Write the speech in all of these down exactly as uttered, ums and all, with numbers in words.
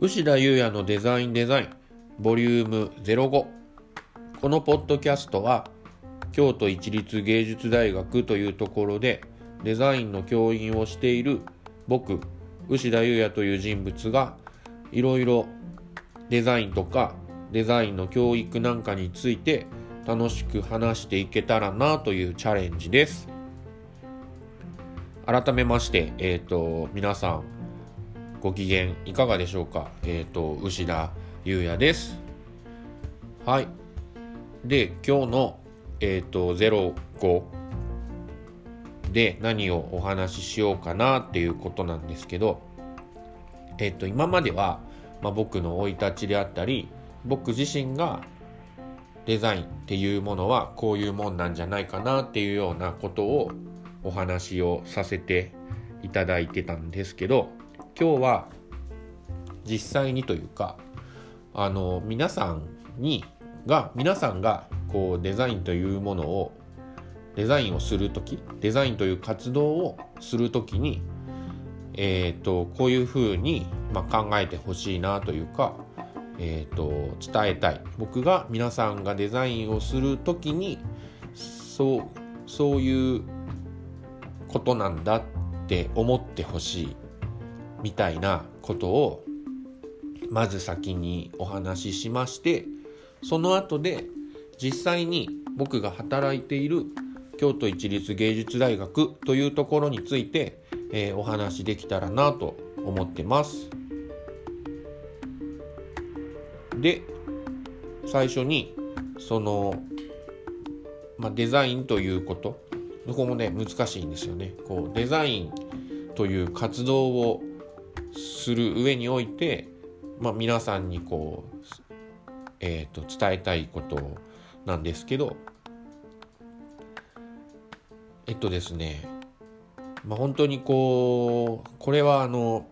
牛田裕也のデザインデザインボリュームゼロご。このポッドキャストは京都市立芸術大学というところでデザインの教員をしている僕牛田裕也という人物がいろいろデザインとかデザインの教育なんかについて楽しく話していけたらなというチャレンジです。改めまして、えーと、皆さんご機嫌いかがでしょうか。えーと、牛田裕也です。はい。で、今日の、えーと、ゼロごで何をお話ししようかなっていうことなんですけど、えーと、今までは、まあ、僕の生い立ちであったり、僕自身がデザインっていうものはこういうもんなんじゃないかなっていうようなことをお話をさせていただいてたんですけど、今日は実際にというかあの皆さんにが皆さんがこうデザインというものをデザインをするときデザインという活動をするときにえーとこういうふうに、まあ、考えてほしいなというかえーと伝えたい。僕が皆さんがデザインをするときにそうそういうことなんだって思ってほしいみたいなことをまず先にお話ししまして、その後で実際に僕が働いている京都市立芸術大学というところについて、えー、お話できたらなと思ってます。で、最初にその、まあ、デザインということここもね難しいんですよね。こうデザインという活動をする上において、まあ、皆さんにこう、えーと、伝えたいことなんですけど、えっとですね、まあ、本当にこうこれはあの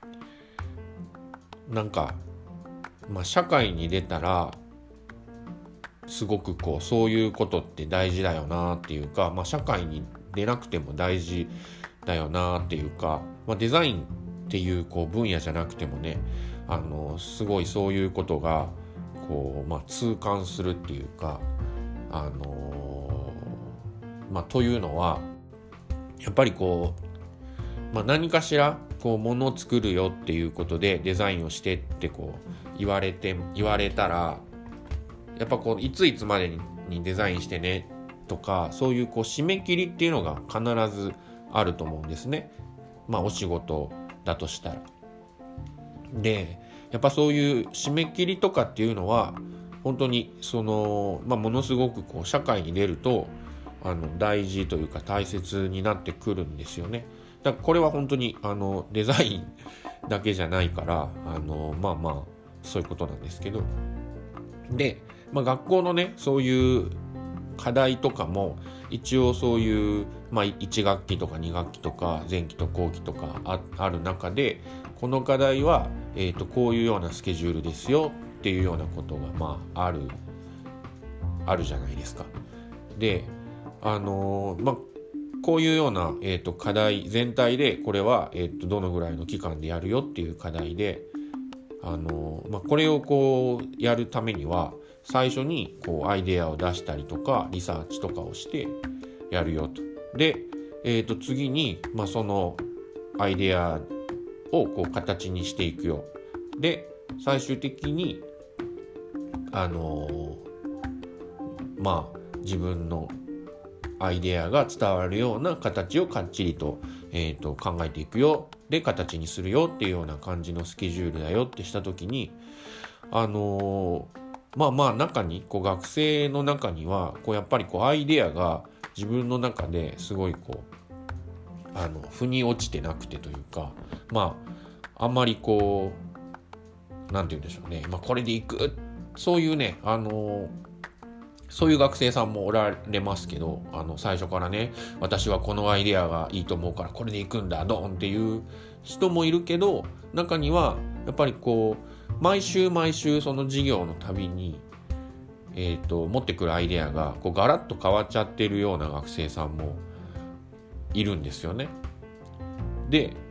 なんか、まあ、社会に出たらすごくこうそういうことって大事だよなっていうか、まあ、社会に出なくても大事だよなっていうか、まあ、デザインっていうこう分野じゃなくてもね、あのすごいそういうことがこう、まあ、痛感するっていうか、あのまあ、というのはやっぱりこう、まあ、何かしらこう物を作るよっていうことでデザインをしてってこう言われて言われたらやっぱこういついつまでにデザインしてねとかそういうこう締め切りっていうのが必ずあると思うんですね。まあお仕事だとしたら。でやっぱそういう締め切りとかっていうのは本当にその、まあ、ものすごくこう社会に出るとあの大事というか大切になってくるんですよね。だからこれは本当にあのデザインだけじゃないからあのまあまあそういうことなんですけど、で、まあ、学校のねそういう課題とかも一応そういう、まあ、いち学期とかに学期とか前期と後期とか あ, ある中でこの課題は、えーと、こういうようなスケジュールですよっていうようなことが、まあ、あるあるじゃないですか。で、あのー、まあこういうような、えーと、課題全体でこれは、えーと、どのぐらいの期間でやるよっていう課題で、あのーまあ、これをこうやるためには最初にこうアイデアを出したりとかリサーチとかをしてやるよと。で、えーと次に、まあ、そのアイデアをこう形にしていくよ。で、最終的にあのー、まあ自分のアイデアが伝わるような形をかっちりと、えーと考えていくよ。で、形にするよっていうような感じのスケジュールだよってしたときに、あのーまあまあ中にこう学生の中にはこうやっぱりこうアイデアが自分の中ですごいこうあの腑に落ちてなくてというか、まああんまりこうなんて言うんでしょうね、まあこれでいくそういうねあのそういう学生さんもおられますけど、あの最初からね私はこのアイデアがいいと思うからこれでいくんだドーンっていう人もいるけど、中にはやっぱりこう毎週毎週その授業のたびに、えーと、持ってくるアイデアがこうガラッと変わっちゃってるような学生さんもいるんですよね。で、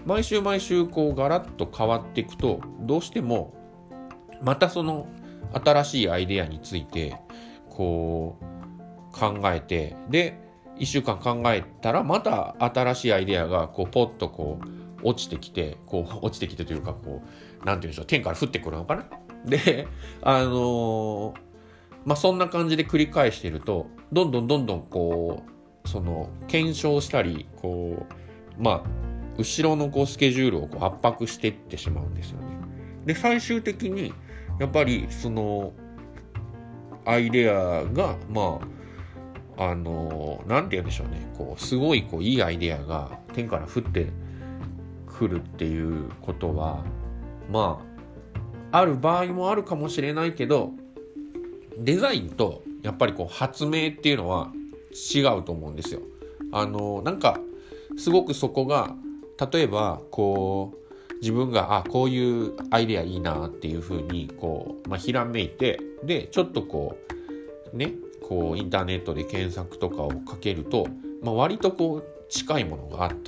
毎週毎週こうガラッと変わっていくと、どうしてもまたその新しいアイデアについてこう考えて、でいっしゅうかん考えたらまた新しいアイデアがこうポッとこう落ちてきて、こう落ちてきてというか、こうなんていうんでしょう、天から降ってくるのかな。であのー、まあそんな感じで繰り返していると、どんどんどんどんこうその検証したり、こうまあ後ろのこうスケジュールをこう圧迫していってしまうんですよね。で最終的にやっぱりそのアイデアがまああのなんて言うんでしょうね、こうすごいこういいアイデアが天から降ってくるっていうことはまあある場合もあるかもしれないけど、デザインとやっぱりこう発明っていうのは違うと思うんですよ。あのなんかすごくそこが、例えばこう自分があこういうアイデアいいなっていう風にこう、まあ、ひらめいて、でちょっとこうねこうインターネットで検索とかをかけると、まあ、割とこう近いものがあった。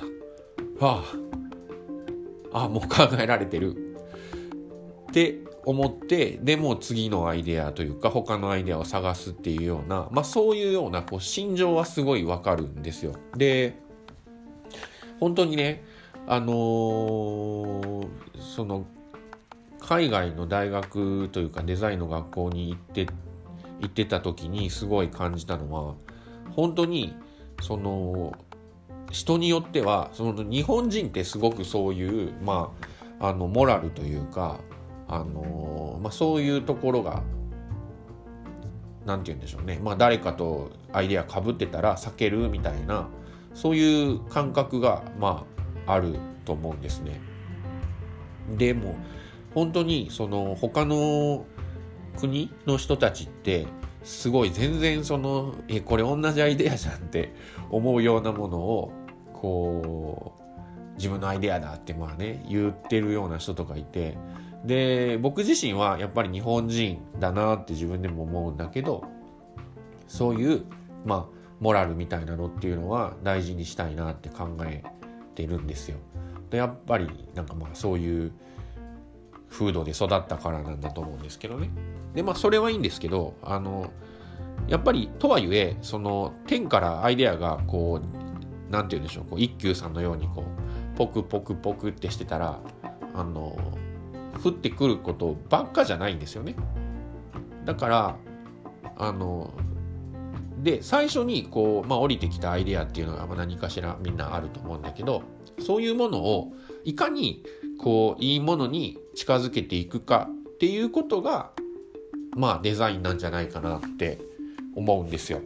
はあ、あもう考えられてるって思って、でも次のアイデアというか他のアイデアを探すっていうような、まあそういうようなこう心情はすごいわかるんですよ。で本当にね、あのー、その海外の大学というかデザインの学校に行って行ってた時にすごい感じたのは、本当にその人によってはその日本人ってすごくそういうまああのモラルというか、あのーまあ、そういうところがなんて言うんでしょうね、まあ、誰かとアイデア被ってたら避けるみたいな、そういう感覚がまああると思うんですね。でも本当にその他の国の人たちってすごい全然そのえこれ同じアイデアじゃんって思うようなものをこう自分のアイデアだってまあね言ってるような人とかいて、で僕自身はやっぱり日本人だなって自分でも思うんだけど、そういうまあモラルみたいなのっていうのは大事にしたいなって考えてるんですよ。でやっぱりなんかまあそういう風土で育ったからなんだと思うんですけどね。でまあそれはいいんですけど、あのやっぱりとはいえその天からアイデアがこうなんて言うんでしょう、こう一休さんのようにこうポクポクポクってしてたらあの降ってくることばっかじゃないんですよね。だからあので最初にこう、まあ、降りてきたアイデアっていうのが何かしらみんなあると思うんだけど、そういうものをいかにこういいものに近づけていくかっていうことがまあデザインなんじゃないかなって思うんですよ。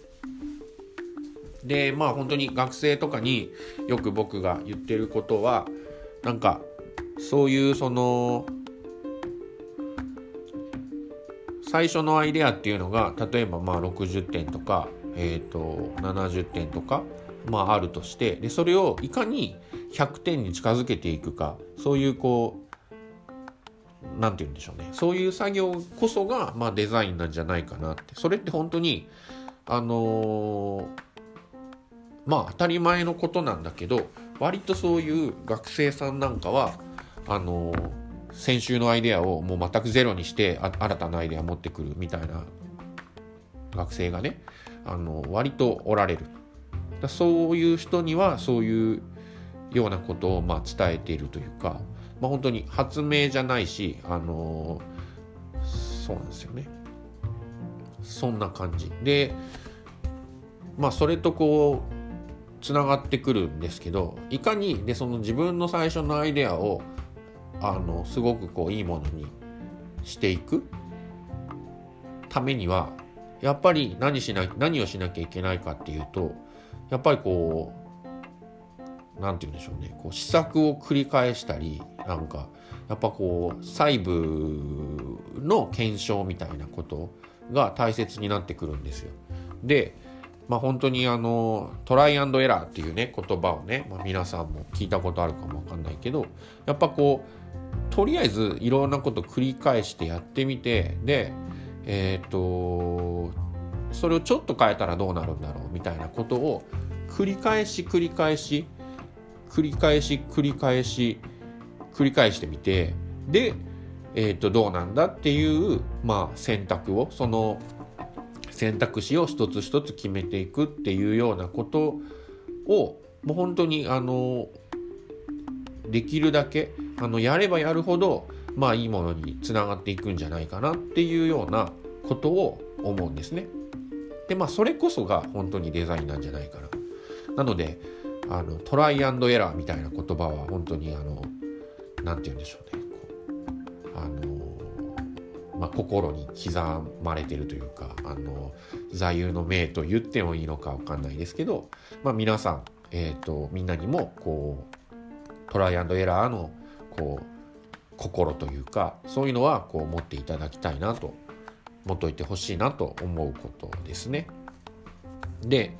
でまあ本当に学生とかによく僕が言ってることは、なんかそういうその最初のアイデアっていうのが例えばまあろくじゅってんとか、えーとななじゅってんとか、まあ、あるとして、でそれをいかにひゃくてんに近づけていくか、そういうこうなんて言うんでしょうね、そういう作業こそがまあデザインなんじゃないかなって。それって本当にあのー、まあ当たり前のことなんだけど、割とそういう学生さんなんかはあのー先週のアイデアをもう全くゼロにして新たなアイデアを持ってくるみたいな学生がね、あの割とおられる。だそういう人にはそういうようなことをまあ伝えているというか、まあ、本当に発明じゃないし、あのそうなんですよね。そんな感じで、まあそれとこうつながってくるんですけど、いかにでその自分の最初のアイデアをあのすごくこういいものにしていくためにはやっぱり何しな何をしなきゃいけないかっていうと、やっぱりこうなんて言うんでしょうね、こう試作を繰り返したり、なんかやっぱこう細部の検証みたいなことが大切になってくるんですよ。でまあ本当にあのトライアンドエラーっていうね言葉をね、まあ、皆さんも聞いたことあるかもわかんないけど、やっぱこうとりあえずいろんなこと繰り返してやってみて、でえっとそれをちょっと変えたらどうなるんだろうみたいなことを繰り返し繰り返し繰り返し繰り返し繰り返してみて、で、えーと、どうなんだっていう、まあ、選択をその選択肢を一つ一つ決めていくっていうようなことをもう本当にあのできるだけあのやればやるほど、まあいいものにつながっていくんじゃないかなっていうようなことを思うんですね。でまあそれこそが本当にデザインなんじゃないかな。なのであのトライアンドエラーみたいな言葉は本当にあのなんて言うんでしょうね、こうあの、まあ、心に刻まれてるというか、あの座右の銘と言ってもいいのか分かんないですけど、まあ、皆さん、えーと、みんなにもこうトライアンドエラーのこう心というか、そういうのはこう持っていただきたいなと、持っといてほしいなと思うことですね。で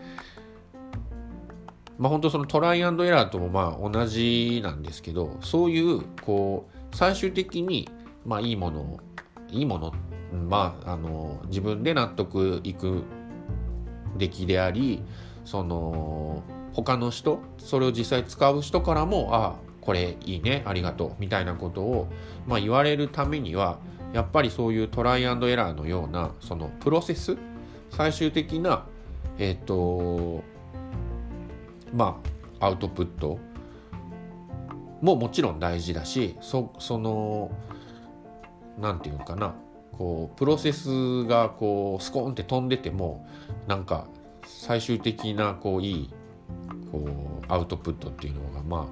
まあ本当そのトライアンドエラーともまあ同じなんですけど、そういうこう最終的にまあいいものをいいものまああの自分で納得いく出来であり、その他の人それを実際使う人からもあこれいいねありがとうみたいなことをまあ言われるためには、やっぱりそういうトライアンドエラーのようなそのプロセス、最終的なえっとまあアウトプットももちろん大事だし、そそのなんていうかな、こうプロセスがこうスコーンって飛んでても、なんか最終的なこういいこうアウトプットっていうのがま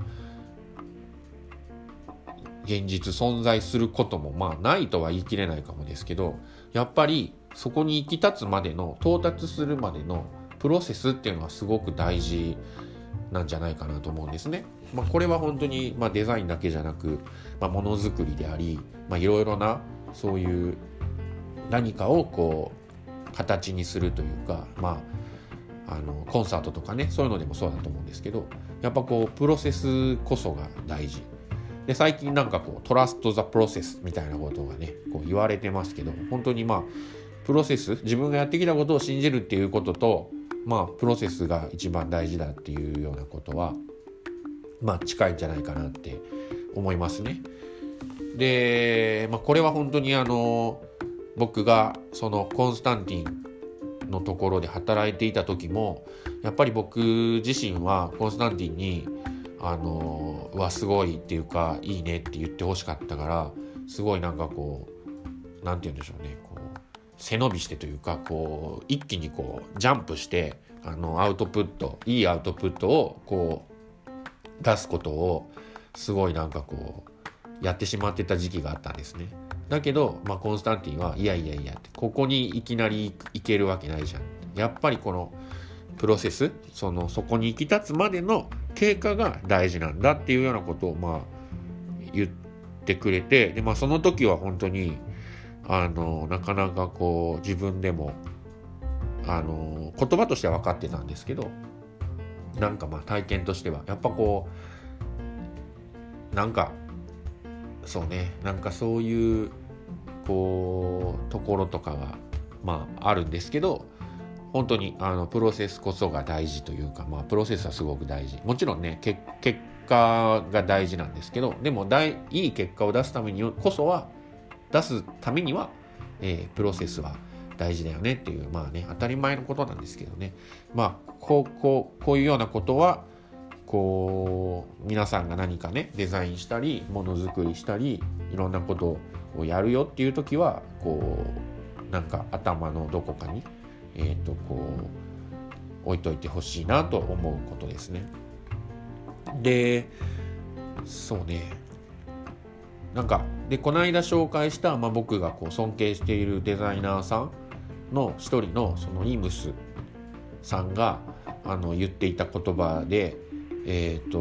あ現実存在することもまあないとは言い切れないかもですけど、やっぱりそこに行き立つまでの到達するまでのプロセスっていうのはすごく大事なんじゃないかなと思うんですね。まあ、これは本当にまあデザインだけじゃなく、まあ、ものづくりであり、まあ、いろいろなそういう何かをこう形にするというか、まあ、あのコンサートとかね、そういうのでもそうだと思うんですけど、やっぱこうプロセスこそが大事で、最近なんかこうトラストザプロセスみたいなことがねこう言われてますけど、本当にまあプロセス、自分がやってきたことを信じるっていうことと、まあプロセスが一番大事だっていうようなことはまあ近いんじゃないかなって思いますね。で、まあ、これは本当にあの僕がそのコンスタンティンのところで働いていた時も、やっぱり僕自身はコンスタンティンにあのうわすごいっていうかいいねって言ってほしかったから、すごいなんかこうなんて言うんでしょうね、こう背伸びしてというか、こう一気にこうジャンプしてあのアウトプットいいアウトプットをこう出すことをすごいなんかこうやってしまってた時期があったんですね。だけど、まあ、コンスタンティンはいやいやいやって、ここにいきなり行けるわけないじゃん、やっぱりこのプロセス、そのそこに行き立つまでの経過が大事なんだっていうようなことをまあ言ってくれて、で、まあ、その時は本当にあのなかなかこう自分でもあの言葉としては分かってたんですけど、なんかまあ体験としてはやっぱこうなんかそうね、なんかそういうこうところとかがまああるんですけど、本当にあのプロセスこそが大事というか、まあプロセスはすごく大事、もちろんねけ結果が大事なんですけど、でも大いい結果を出すためにこそは出すためには、えー、プロセスは大事だよねっていう、まあね当たり前のことなんですけどね、まあこうこうこういうようなことはこう皆さんが何かねデザインしたりものづくりしたりいろんなことをやるよっていう時はこうなんか頭のどこかにえっとこう置いといてほしいなと思うことですね。でそうねなんかでこの間紹介した、まあ、僕がこう尊敬しているデザイナーさんの一人のそのイムスさんがあの言っていた言葉で、えっと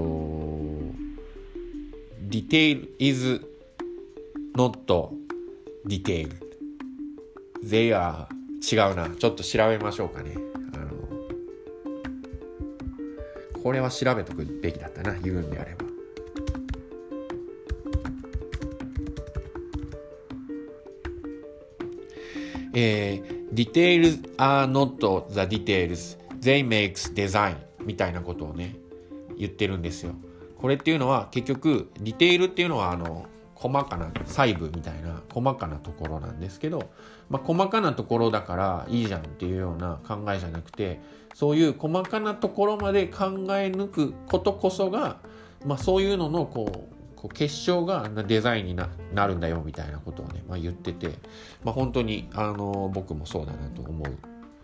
Detail is not detail they are 違うな、ちょっと調べましょうかね。あのこれは調べとくべきだったな、言うんであれば。えー、Details are not the details they makes design みたいなことをね言ってるんですよ。 これっていうのは結局ディテールっていうのはあの細かな細部みたいな細かなところなんですけど、まあ、細かなところだからいいじゃんっていうような考えじゃなくて、そういう細かなところまで考え抜くことこそが、まあ、そういうののこうこう結晶がデザインに な, なるんだよみたいなことをね、まあ、言ってて、まあ、本当にあの僕もそうだなと思う。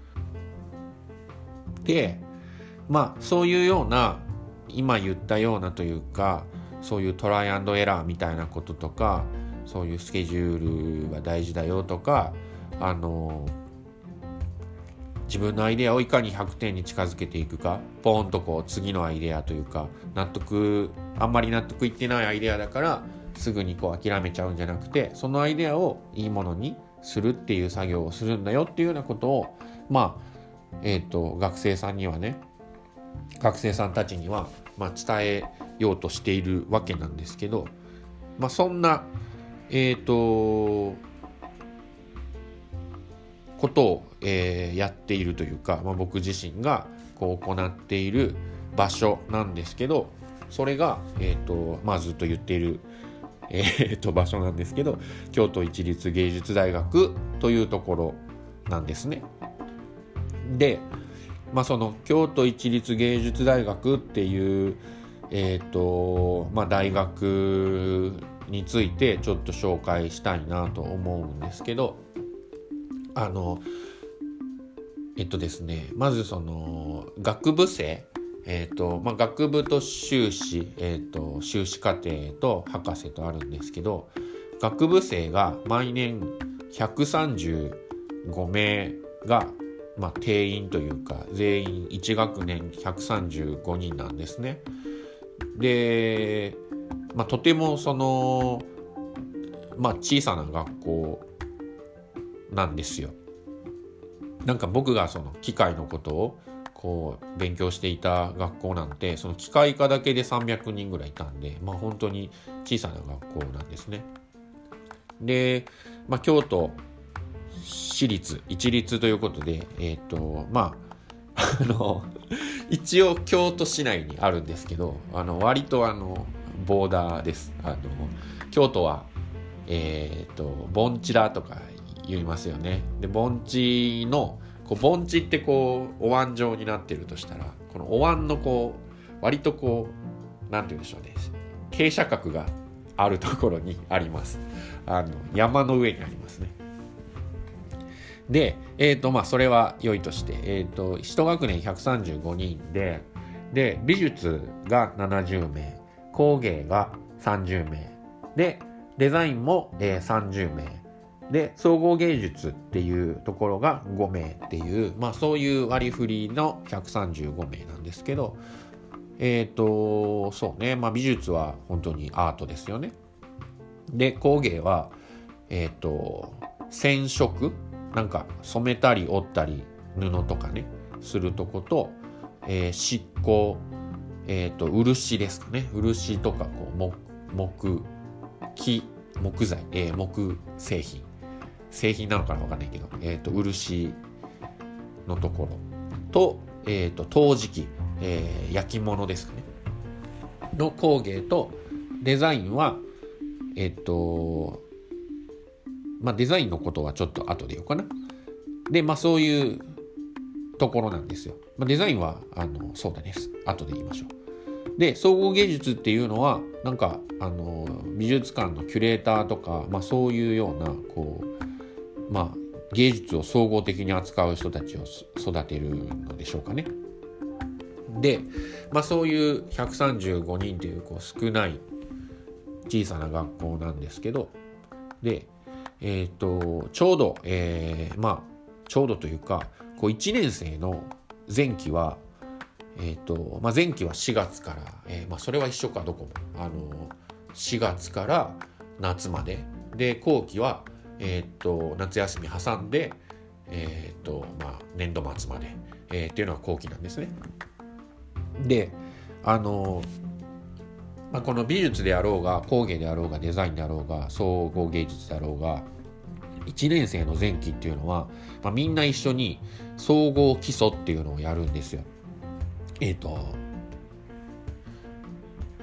で、まあそういうような今言ったようなというか、そういうトライアンドエラーみたいなこととか、そういうスケジュールは大事だよとか、あの自分のアイデアをいかにひゃくてんに近づけていくか、ポーンとこう次のアイデアというか、納得あんまり納得いってないアイデアだからすぐにこう諦めちゃうんじゃなくて、そのアイデアをいいものにするっていう作業をするんだよっていうようなことを、まあえっと学生さんにはね学生さんたちにはまあ伝えようとしているわけなんですけど、まあそんなえっとことを、えー、やっているというか、まあ、僕自身がこう行っている場所なんですけど、それが、えーとまあ、ずっと言っている、えー、と場所なんですけど、京都市立芸術大学というところなんですね。で、まあ、その京都市立芸術大学っていう、えーとまあ、大学についてちょっと紹介したいなと思うんですけど、あのえっとですねまずその学部生、えっとまあ、学部と修士、えっと修士課程と博士とあるんですけど、学部生が毎年ひゃくさんじゅうごめいが、まあ、定員というか全員いち学年ひゃくさんじゅうごにんなんですね。で、まあ、とてもその、まあ、小さな学校なんですよ。なんか僕がその機械のことをこう勉強していた学校なんて、その機械科だけでさんびゃくにんぐらいいたんで、まあ本当に小さな学校なんですね。で、まあ、京都市立一律ということで、えっとまああの一応京都市内にあるんですけど、あの割とあのボーダーです。あの京都はえっと盆地だとか言いますよね。で盆地のこう盆地ってこうお椀状になってるとしたら、このお椀のこう割とこうなんて言うんでしょうね、傾斜角があるところにあります。あの山の上にありますね。で、えっとまあそれは良いとして、えっと一学年ひゃくさんじゅうごにんで、で美術がななじゅうめい、工芸がさんじゅうめいで、デザインも、えー、さんじゅうめいで、総合芸術っていうところがごめいっていう、まあそういう割り振りのひゃくさんじゅうごめいなんですけど、えっとそうね、まあ美術は本当にアートですよね。で工芸はえっと染色、なんか染めたり織ったり布とかねするとこと、えー、漆工、えっと漆ですかね、漆とかこう木木木材、えー、木製品製品なのかな分かんないけど、えっと漆のところと、えっと陶磁器、えー、焼き物ですかねの工芸と、デザインはえっとまあデザインのことはちょっと後で言おうかな。でまあそういうところなんですよ。まあ、デザインはあのそうだね、後で言いましょう。で総合芸術っていうのはなんかあの美術館のキュレーターとか、まあ、そういうようなこう、まあ、芸術を総合的に扱う人たちを育てるのでしょうかね。で、まあ、そういうひゃくさんじゅうごにんという、こう少ない小さな学校なんですけど、で、えー、とちょうど、えー、まあちょうどというかこういちねん生の前期はえーとまあ、前期はしがつから、えーまあ、それは一緒かどこもあのしがつから夏までで、後期は、えーと夏休み挟んで、えーとまあ、年度末まで、えー、っていうのは後期なんですね。であの、まあ、この美術であろうが工芸であろうがデザインであろうが総合芸術であろうがいちねん生の前期っていうのは、まあ、みんな一緒に総合基礎っていうのをやるんですよ。えっと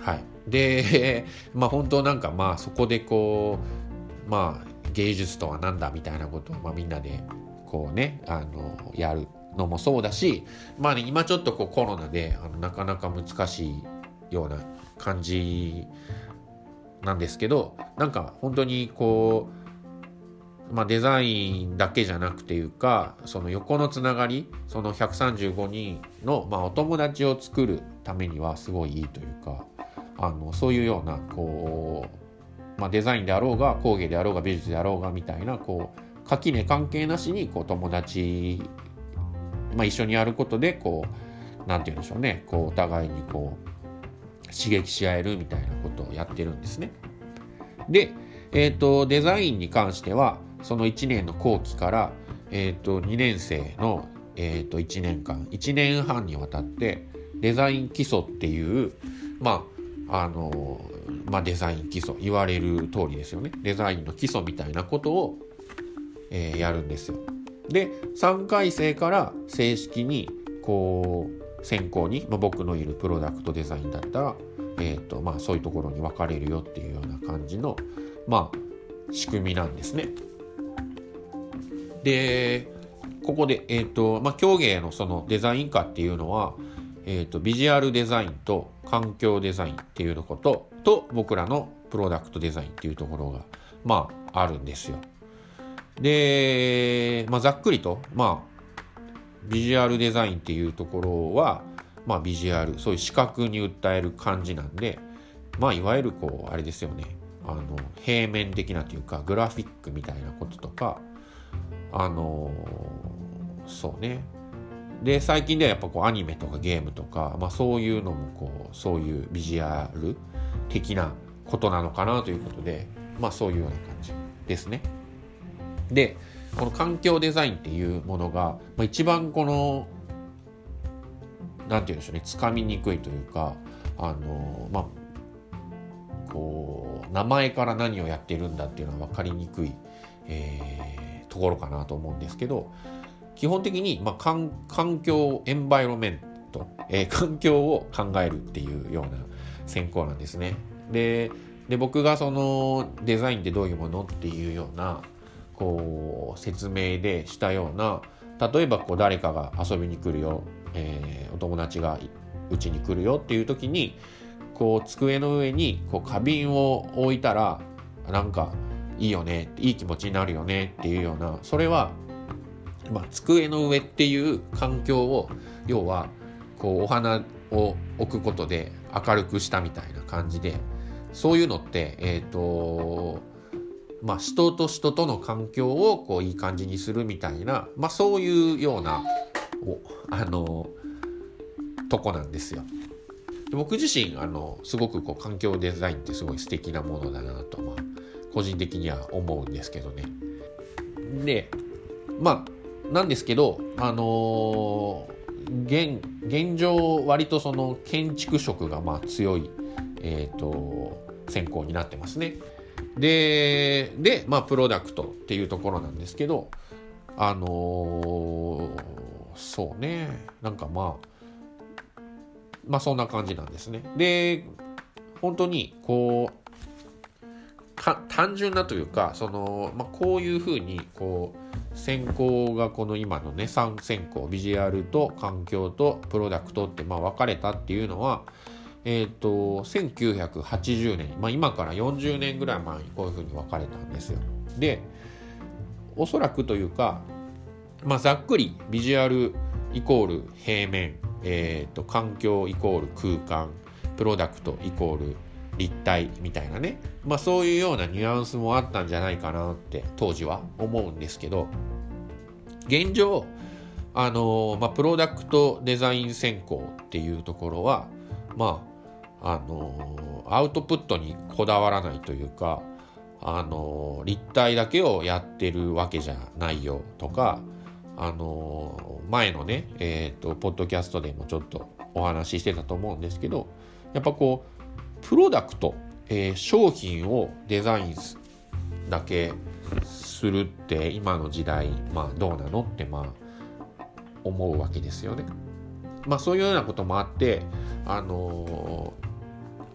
はい、でまあ本当なんかまあそこでこうまあ芸術とはなんだみたいなことを、まあ、みんなでこうねあのやるのもそうだし、まあね、今ちょっとこうコロナであのなかなか難しいような感じなんですけど、なんか本当にこう、まあ、デザインだけじゃなくていうかその横のつながり、そのひゃくさんじゅうごにんの、まあ、お友達を作るためにはすごいいいというか、あのそういうようなこう、まあ、デザインであろうが工芸であろうが美術であろうがみたいなこう垣根関係なしにこう友達、まあ、一緒にやることでこうなんて言うんでしょうね、こうお互いにこう刺激し合えるみたいなことをやってるんですね。で、えーと、デザインに関してはそのいちねんの後期から、えーと、にねん生の、えーと、いちねんかんいちねんはんにわたってデザイン基礎っていうまああのまあデザイン基礎言われる通りですよね。デザインの基礎みたいなことを、えー、やるんですよ。でさんかい生から正式にこう専攻に、まあ、僕のいるプロダクトデザインだったら、えーとまあ、そういうところに分かれるよっていうような感じの、まあ、仕組みなんですね。でここで、えーとまあ、競芸のそのデザイン科っていうのは、えーと、ビジュアルデザインと環境デザインっていうことと僕らのプロダクトデザインっていうところが、まあ、あるんですよ。で、まあ、ざっくりと、まあビジュアルデザインっていうところは、まあ、ビジュアルそういう視覚に訴える感じなんで、まあいわゆるこうあれですよね、あの平面的なというかグラフィックみたいなこととか、あのそうね、で最近ではやっぱこうアニメとかゲームとか、まあ、そういうのもこうそういうビジュアル的なことなのかなということで、まあそういうような感じですね。でこの環境デザインっていうものが、まあ、一番このなんて言うんでしょうね、つかみにくいというか、あのまあこう名前から何をやっているんだっていうのは分かりにくい、えー、ところかなと思うんですけど、基本的に、まあ、環環境エンバイロメント、えー、環境を考えるっていうような専攻なんですね。で、で僕がそのデザインってどういうものっていうようなこう説明でしたような、例えばこう誰かが遊びに来るよ、えー、お友達がうちに来るよっていう時にこう机の上にこう花瓶を置いたらなんかいいよね、いい気持ちになるよねっていうような、それは、まあ、机の上っていう環境を要はこうお花を置くことで明るくしたみたいな感じで、そういうのってえっとまあ、人と人との環境をこういい感じにするみたいな、まあ、そういうようなおあのとこなんですよ。で僕自身あのすごくこう環境デザインってすごい素敵なものだなと、まあ、個人的には思うんですけどね。でまあなんですけどあのー、現, 現状割とその建築色がまあ強い、えーと、専攻になってますね。で、で、まあ、プロダクトっていうところなんですけど、あのー、そうね、なんかまあ、まあそんな感じなんですね。で、本当にこう、か単純なというか、その、まあこういうふうに、こう、専攻がこの今のね、さん専攻、ビジュアルと環境とプロダクトって、まあ分かれたっていうのは、えーと、せんきゅうひゃくはちじゅうねん、まあ、今からよんじゅうねんぐらい前にこういうふうに分かれたんですよ。で、おそらくというか、まあ、ざっくりビジュアルイコール平面、えーと、環境イコール空間、プロダクトイコール立体みたいなね、まあ、そういうようなニュアンスもあったんじゃないかなって当時は思うんですけど、現状あの、まあ、プロダクトデザイン専攻っていうところはまああのアウトプットにこだわらないというか、あの立体だけをやってるわけじゃないよとか、あの前のね、えーと、ポッドキャストでもちょっとお話ししてたと思うんですけど、やっぱこうプロダクト、えー、商品をデザインだけするって今の時代、まあどうなのってまあ思うわけですよね。まあそういうようなこともあって、あのー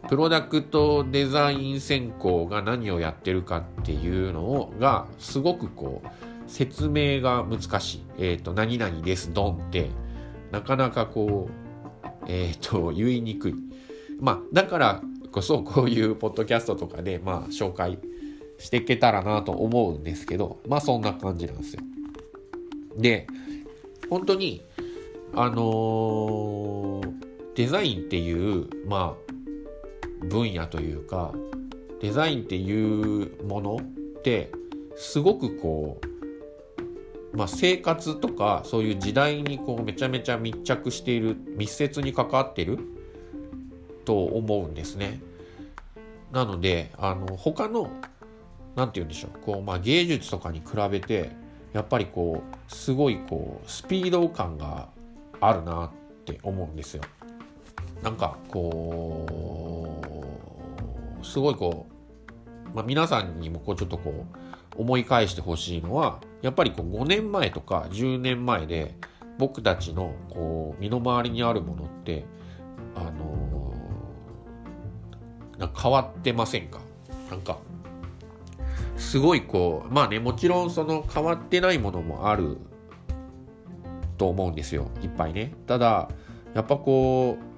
プロダクトデザイン専攻が何をやってるかっていうのをがすごくこう説明が難しい。えっと何々ですドンってなかなかこうえっと言いにくい。まあだからこそこういうポッドキャストとかでまあ紹介していけたらなと思うんですけど、まあそんな感じなんですよ。で本当にあのー、デザインっていうまあ分野というかデザインっていうものってすごくこう、まあ、生活とかそういう時代にこうめちゃめちゃ密着している密接に関わっていると思うんですね。なのであの他のなんて言うんでしょう、こう、まあ、芸術とかに比べてやっぱりこうすごいこうスピード感があるなって思うんですよ。なんかこうすごいこう、まあ、皆さんにもこうちょっとこう思い返してほしいのはやっぱりこうごねんまえとかじゅうねんまえで僕たちのこう身の回りにあるものってあのー、なんか変わってませんか？なんかすごいこうまあねもちろんその変わってないものもあると思うんですよ、いっぱいね。ただやっぱこう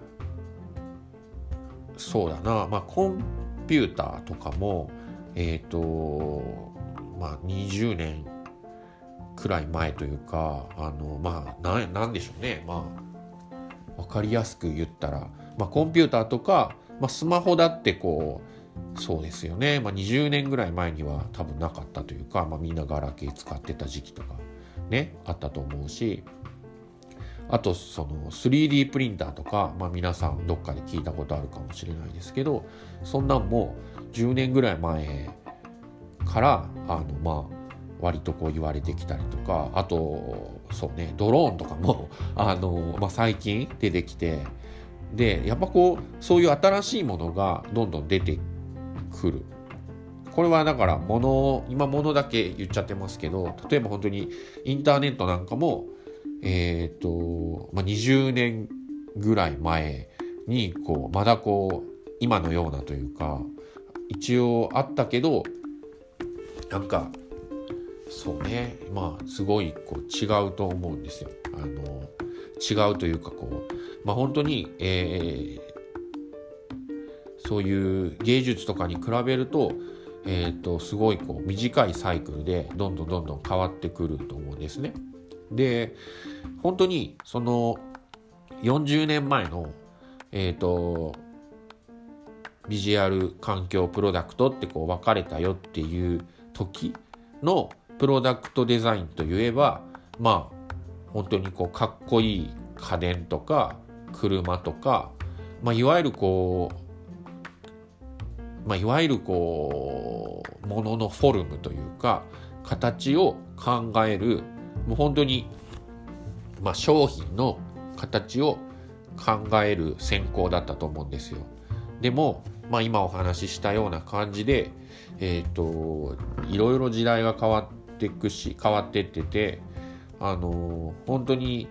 そうだな、まあコンピューターとかもえっとまあにじゅうねんくらい前というかあのまあななんでしょうね、まあ分かりやすく言ったら、まあ、コンピューターとか、まあ、スマホだってこうそうですよね、まあ、にじゅうねんぐらい前には多分なかったというか、まあ、みんなガラケー使ってた時期とかねあったと思うし、あとその スリーディー プリンターとか、まあ、皆さんどっかで聞いたことあるかもしれないですけど、そんなんもじゅうねんぐらい前からあのまあ割とこう言われてきたりとか、あとそうねドローンとかもあの、まあ、最近出てきて、でやっぱこうそういう新しいものがどんどん出てくる。これはだから物今物だけ言っちゃってますけど、例えば本当にインターネットなんかもえっと、まあ、にじゅうねんぐらい前にこうまだこう今のようなというか一応あったけど、なんかそうねまあすごいこう違うと思うんですよ。あの違うというかこうまあ本当に、えー、そういう芸術とかに比べるとえっとすごいこう短いサイクルでどんどんどんどん変わってくると思うんですね。で本当にそのよんじゅうねんまえのえっとビジュアル環境プロダクトってこう分かれたよっていう時のプロダクトデザインといえばまあ本当にこうかっこいい家電とか車とか、まあ、いわゆるこう、まあ、いわゆるこうもののフォルムというか形を考える、もう本当に、まあ、商品の形を考える専攻だったと思うんですよ。でも、まあ、今お話ししたような感じで、えっと、いろいろ時代が変わっていくし、変わっていってて、あの、本当に、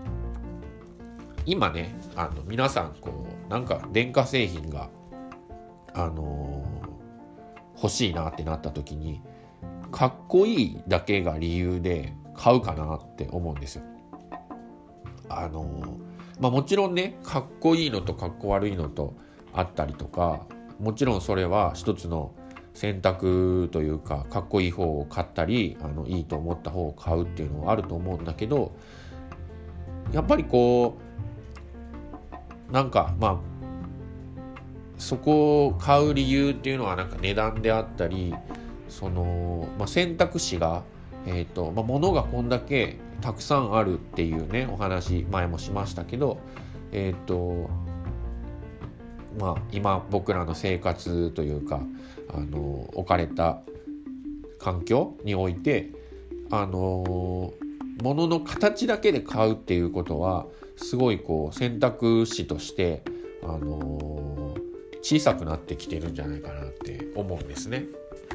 今ね、あの、皆さん、こう、なんか電化製品が、あの、欲しいなってなった時に、かっこいいだけが理由で買うかなって思うんですよ。あの、まあ、もちろんね、かっこいいのとかっこ悪いのとあったりとか、もちろんそれは一つの選択というか、かっこいい方を買ったり、あのいいと思った方を買うっていうのはあると思うんだけど、やっぱりこうなんかまあそこを買う理由っていうのはなんか値段であったり、その、まあ、選択肢がえっと、まあ、物がこんだけたくさんあるっていうねお話前もしましたけど、えっとまあ今僕らの生活というかあの置かれた環境においてあの物の形だけで買うっていうことはすごいこう選択肢としてあの小さくなってきてるんじゃないかなって思うんですね。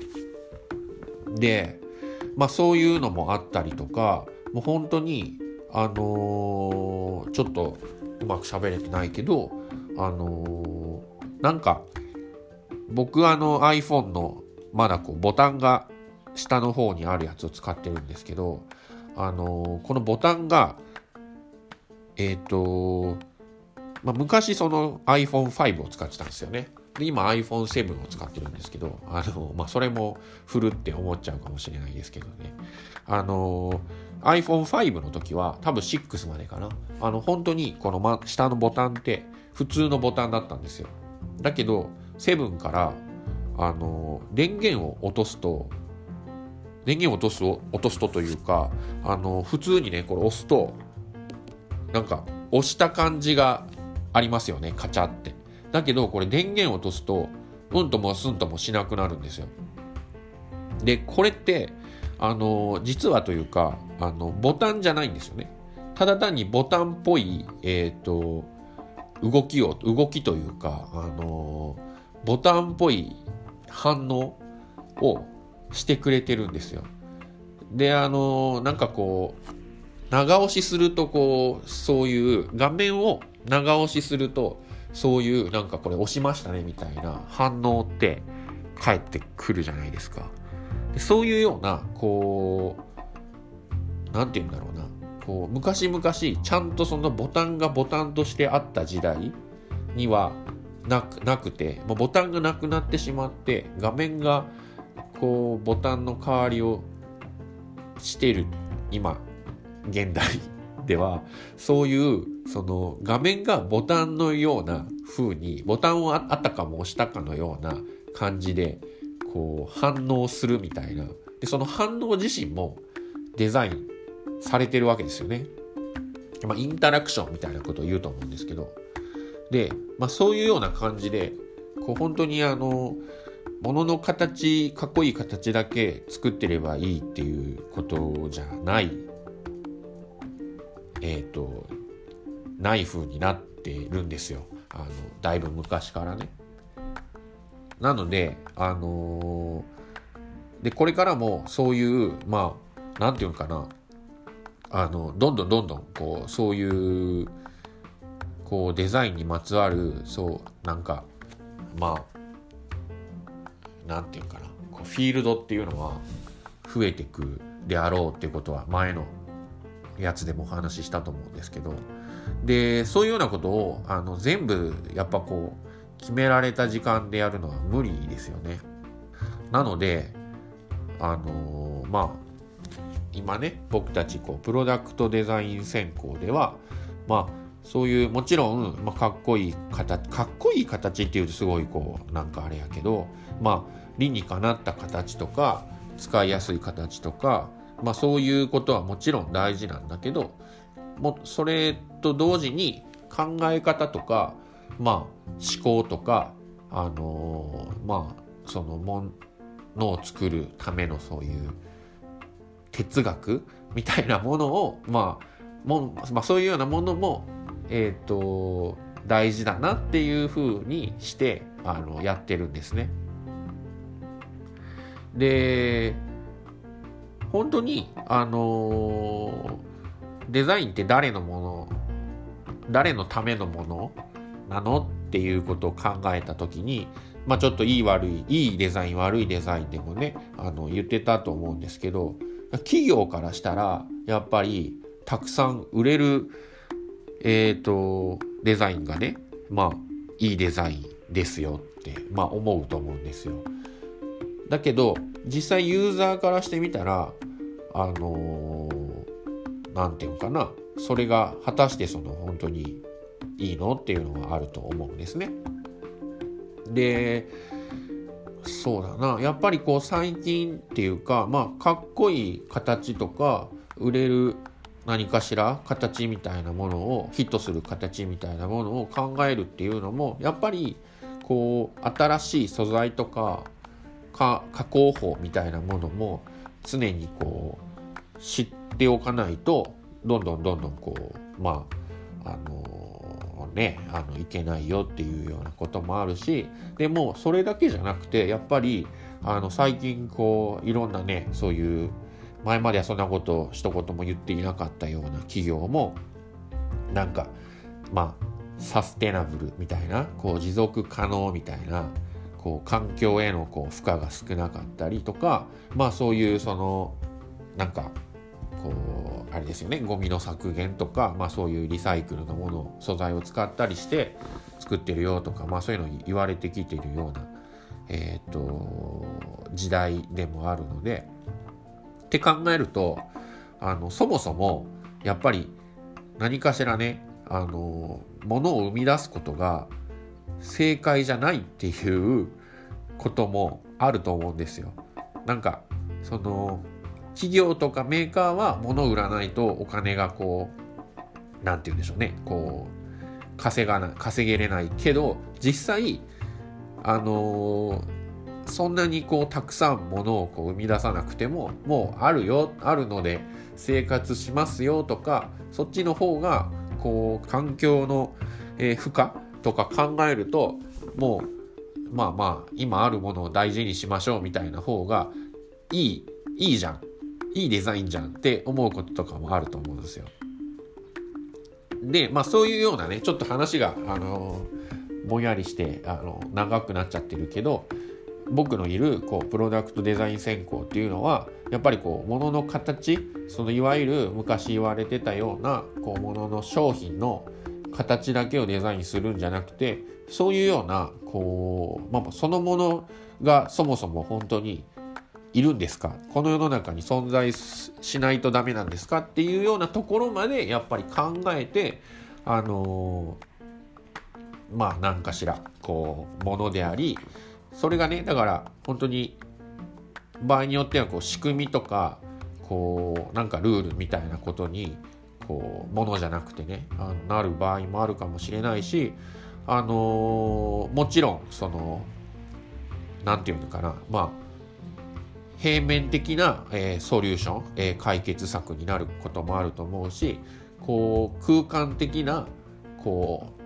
でまあそういうのもあったりとか、もう本当にあのー、ちょっとうまく喋れてないけど、あのなんか僕あの iPhone のまだこうボタンが下の方にあるやつを使ってるんですけど、あのー、このボタンがえっと、まあ、昔その アイフォンファイブ を使ってたんですよね。で今 アイフォンセブン を使ってるんですけど、あの、まあ、それも古って思っちゃうかもしれないですけどね。あの アイフォンファイブ の時は多分シックスまでかな。あの本当にこの、ま、下のボタンって普通のボタンだったんですよ。だけどセブンからあの電源を落とすと電源を落とす落とすとというか、あの普通にねこれ押すとなんか押した感じがありますよね、カチャって。だけどこれ電源を落とすとうんともすんともしなくなるんですよ。でこれってあの実はというかあのボタンじゃないんですよね。ただ単にボタンっぽい、えーと、動きを動きというかあのボタンっぽい反応をしてくれてるんですよ。であのなんかこう長押しするとこうそういう画面を長押しするとそういうなんかこれ押しましたねみたいな反応って返ってくるじゃないですか。でそういうようなこうなんて言うんだろうな、こう昔々ちゃんとそのボタンがボタンとしてあった時代にはなく、なくてもうボタンがなくなってしまって画面がこうボタンの代わりをしている今現代ではそういうその画面がボタンのような風にボタンをあたかも押したかのような感じでこう反応するみたいな。でその反応自身もデザインされてるわけですよね。まあインタラクションみたいなことを言うと思うんですけど、で、まあ、そういうような感じでこう本当にあの物の形かっこいい形だけ作ってればいいっていうことじゃないえっとない風になってるんですよ。あのだいぶ昔からね。なのであのー、でこれからもそういうまあなんていうのかな、あのどんどんどんどんこうそういうこうデザインにまつわるそうなんかまあなんていうかなこうフィールドっていうのは増えてくであろうっていうことは前のやつでもお話ししたと思うんですけど、でそういうようなことをあの全部やっぱこう決められた時間でやるのは無理ですよね。なのであのー、まあ今ね僕たちこうプロダクトデザイン専攻ではまあそういうもちろん、まあ、かっこいい形かっこいい形っていうとすごいこうなんかあれやけど、まあ理にかなった形とか使いやすい形とか、まあそういうことはもちろん大事なんだけど、もそれと同時に考え方とかまあ思考とかあのー、まあそのものを作るためのそういう哲学みたいなものをまあも、まあ、そういうようなものもえっと大事だなっていうふうにしてあのやってるんですね。で本当にあのデザインって誰のもの誰のためのものなのっていうことを考えた時に、まあちょっといい悪いいいデザイン悪いデザインでもねあの言ってたと思うんですけど、企業からしたらやっぱりたくさん売れるえっとデザインがねまあいいデザインですよってまあ思うと思うんですよ。だけど実際ユーザーからしてみたらあのー、なんていうのかな、それが果たしてその本当にいいのっていうのがあると思うんですね。でそうだな、やっぱりこう最近っていうかまあかっこいい形とか売れる何かしら形みたいなものをヒットする形みたいなものを考えるっていうのもやっぱりこう新しい素材とかか加工法みたいなものも常にこう知っておかないとどんどんどんどんこうまああのねあのいけないよっていうようなこともあるし、でもそれだけじゃなくてやっぱりあの最近こういろんなねそういう前まではそんなこと一言も言っていなかったような企業もなんかまあサステナブルみたいな、こう持続可能みたいな、こう環境へのこう負荷が少なかったりとか、まあそういうそのなんかこうあれですよね、ゴミの削減とか、まあそういうリサイクルのもの素材を使ったりして作ってるよとか、まあそういうの言われてきているようなえっと時代でもあるので、って考えるとあのそもそもやっぱり何かしらね、あのものを生み出すことが正解じゃないっていうこともあると思うんですよ。なんかその企業とかメーカーは物を売らないとお金がこうなんて言うんでしょうね、こう稼がない稼げれないけど、実際あのー、そんなにこうたくさん物をこう生み出さなくてももうあるよあるので生活しますよとか、そっちの方がこう環境の、えー、負荷とか考えると、もうまあまあ今あるものを大事にしましょうみたいな方がいいいいじゃん、いいデザインじゃんって思うこととかもあると思うんですよ。でまあそういうようなね、ちょっと話があのぼんやりしてあの長くなっちゃってるけど、僕のいるこうプロダクトデザイン専攻っていうのはやっぱりこう物の形、そのいわゆる昔言われてたようなこう物の商品の形だけをデザインするんじゃなくて、そういうようなこう、まあ、そのものがそもそも本当にいるんですか、この世の中に存在しないとダメなんですかっていうようなところまでやっぱり考えて、あのー、まあ何かしらこうものであり、それがねだから本当に場合によってはこう仕組みとかこうなんかルールみたいなことにこうものじゃなくてねあのなる場合もあるかもしれないし、あのー、もちろんそのなんていうのかな、まあ平面的な、えー、ソリューション、えー、解決策になることもあると思うし、こう空間的なこう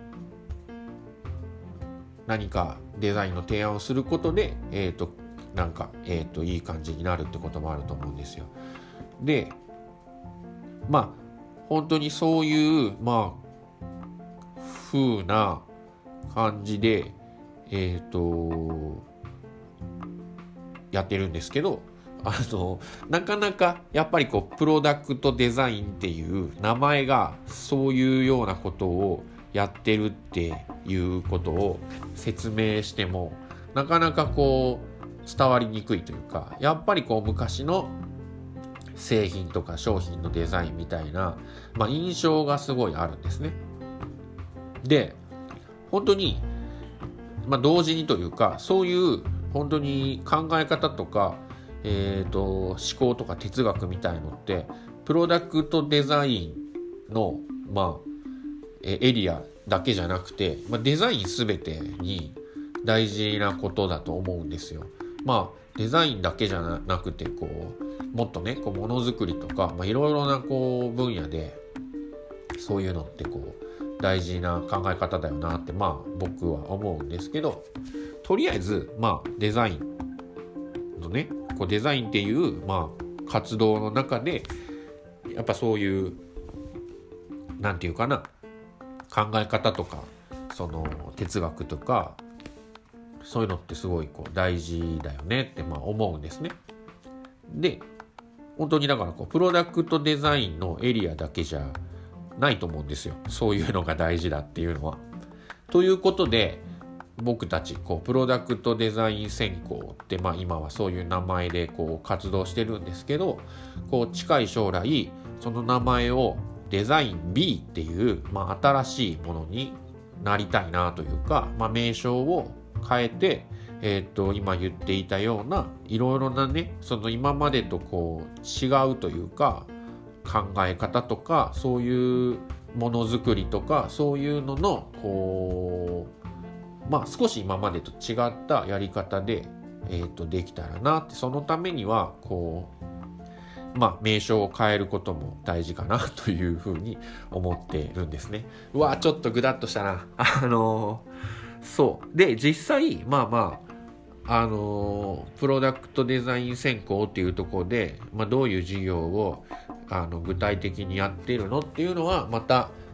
何かデザインの提案をすることで、えーとなんか、えーといい感じになるってこともあると思うんですよ。でまあ本当にそういうまあ風な感じでえっとやってるんですけど、あのなかなかやっぱりこうプロダクトデザインっていう名前がそういうようなことをやってるっていうことを説明してもなかなかこう伝わりにくいというか、やっぱりこう昔の製品とか商品のデザインみたいな、まあ、印象がすごいあるんですね。で本当に、まあ、同時にというかそういう本当に考え方とか、えーと、思考とか哲学みたいのってプロダクトデザインの、まあ、エリアだけじゃなくて、まあ、デザインすべてに大事なことだと思うんですよ。まあデザインだけじゃなくてこうもっとねこうものづくりとか、まあ、いろいろなこう分野でそういうのってこう大事な考え方だよなってまあ僕は思うんですけど、とりあえずまあデザインのねこうデザインっていうまあ活動の中でやっぱそういうなんていうかな考え方とかその哲学とかそういうのってすごいこう大事だよねってまあ思うんですね。で本当にだからこうプロダクトデザインのエリアだけじゃないと思うんですよ、そういうのが大事だっていうのは。ということで僕たちこうプロダクトデザイン専攻ってまあ今はそういう名前でこう活動してるんですけど、こう近い将来その名前をデザイン B っていう、まあ、新しいものになりたいなというか、まあ、名称を変えて、えー、と今言っていたようないろいろなねその今までとこう違うというか考え方とかそういうものづくりとかそういうののこうまあ少し今までと違ったやり方で、えー、とできたらなって、そのためにはこうまあ名称を変えることも大事かなというふうに思っているんですね。うわちょっとグダッとしたな。あのー、そうで実際まあまああのプロダクトデザイン専攻っていうところで、まあ、どういう事業をあの具体的にやってるのっていうのはまた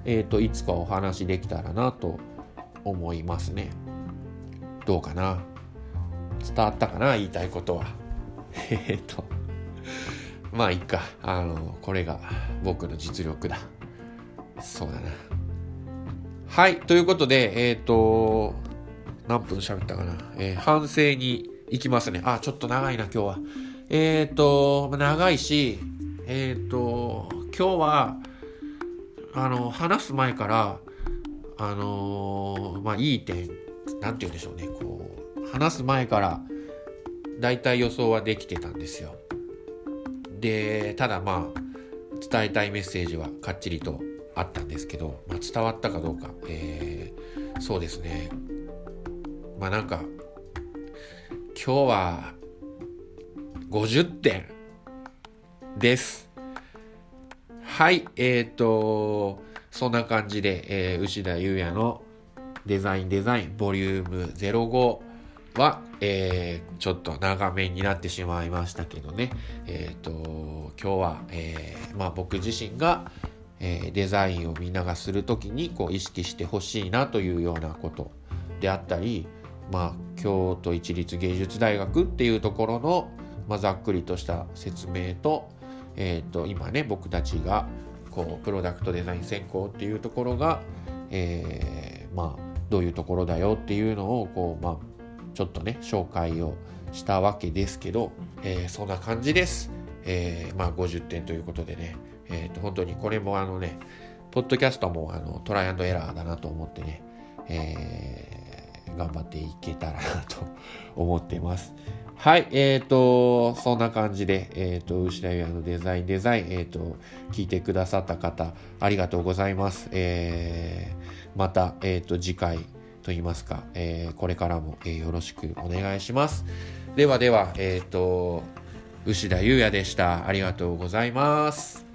えーと、いつかお話できたらなと思いますね。どうかな、伝わったかな、言いたいことは。えっとまあいいか、あのこれが僕の実力だ。そうだな。はい、ということで、えっと何分喋ったかな、えー、反省に行きますね。あ、ちょっと長いな今日は。えっと長いし、えっと今日はあの話す前からあのー、まあいい点、なんて言うんでしょうね、こう話す前からだいたい予想はできてたんですよ。でただまあ伝えたいメッセージはかっちりとあったんですけど、まあ、伝わったかどうか、えー、そうですね、まあなんか今日はごじゅってんです。はい、えっとそんな感じで、えー、牛田優也のデザインデザインボリュームゼロごは、えー、ちょっと長めになってしまいましたけどね。えっと今日は、えー、まあ僕自身が、えー、デザインをみんながするときにこう意識してほしいなというようなことであったり、まあ京都市立芸術大学っていうところの、まあ、ざっくりとした説明と、えー、と今ね僕たちがこうプロダクトデザイン専攻っていうところが、えー、まあどういうところだよっていうのをこう、まあ、ちょっとね紹介をしたわけですけど、えー、そんな感じです。えー、まあごじゅってんということでね、えー、と本当にこれもあのねポッドキャストもあのトライアンドエラーだなと思ってね、えー、頑張っていけたらなと思ってます。はい、えっ、ー、と、そんな感じで、えっ、ー、と、牛田優也のデザインデザイン、えっ、ー、と、聞いてくださった方、ありがとうございます。えー、また、えっ、と、次回といいますか、えー、これからも、えー、よろしくお願いします。ではでは、えっ、と、牛田優也でした。ありがとうございます。